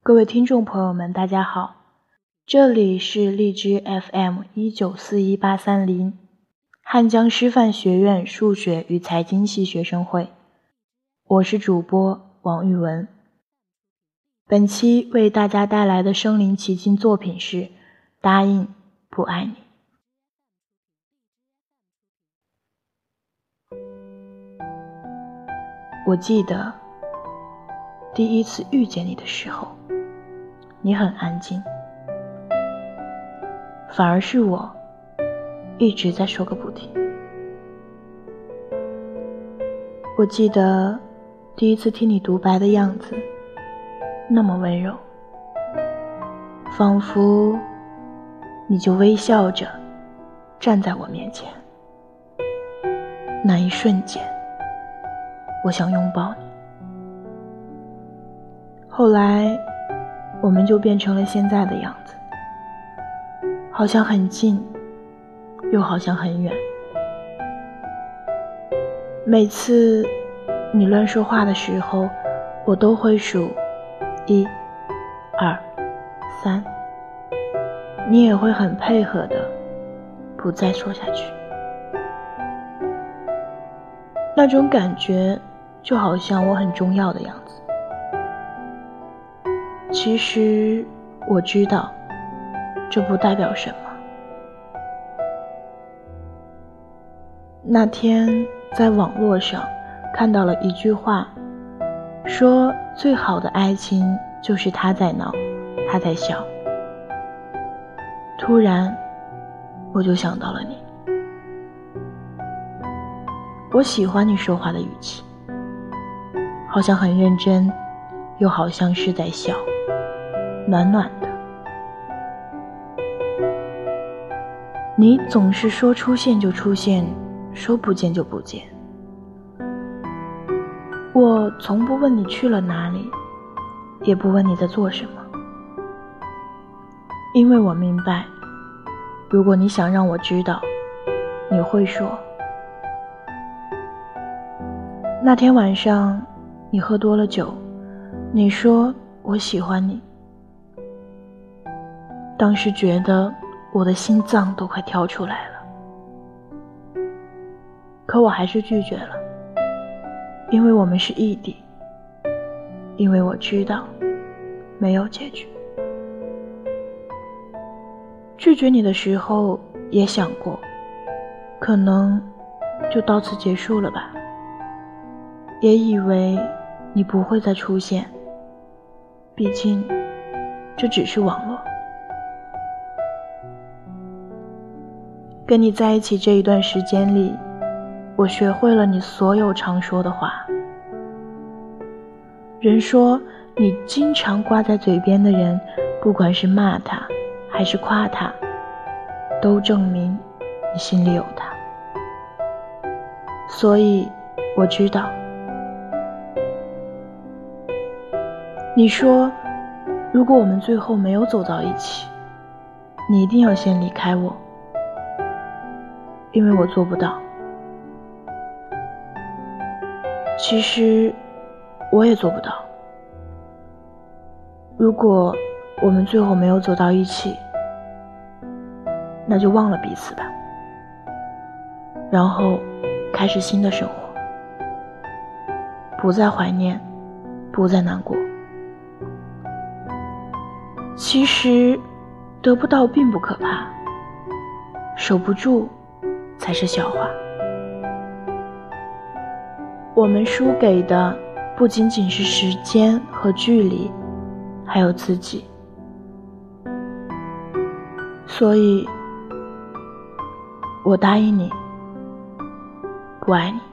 各位听众朋友们，大家好，这里是荔枝 FM1941830汉江师范学院数学与财经系学生会，我是主播王玉文。本期为大家带来的身临其境作品是《答应不爱你》。我记得第一次遇见你的时候，你很安静，反而是我一直在说个不停。我记得第一次听你独白的样子，那么温柔，仿佛你就微笑着站在我面前。那一瞬间，我想拥抱你。后来我们就变成了现在的样子，好像很近，又好像很远。每次你乱说话的时候，我都会数1、2、3，你也会很配合的不再说下去。那种感觉就好像我很重要的样子。其实我知道这不代表什么。那天在网络上看到了一句话，说最好的爱情就是他在闹，他在笑。突然我就想到了你。我喜欢你说话的语气，好像很认真，又好像是在笑，暖暖的。你总是说出现就出现，说不见就不见。我从不问你去了哪里，也不问你在做什么，因为我明白，如果你想让我知道，你会说。那天晚上你喝多了酒，你说我喜欢你。当时觉得我的心脏都快跳出来了，可我还是拒绝了，因为我们是异地，因为我知道没有结局。拒绝你的时候也想过，可能就到此结束了吧，也以为你不会再出现，毕竟这只是网络。跟你在一起这一段时间里，我学会了你所有常说的话。人说你经常挂在嘴边的人，不管是骂他还是夸他，都证明你心里有他。所以我知道，你说如果我们最后没有走到一起，你一定要先离开我，因为我做不到。其实我也做不到。如果我们最后没有走到一起，那就忘了彼此吧，然后开始新的生活，不再怀念，不再难过。其实得不到并不可怕，守不住才是笑话。我们输给的不仅仅是时间和距离，还有自己。所以我答应你，不爱你。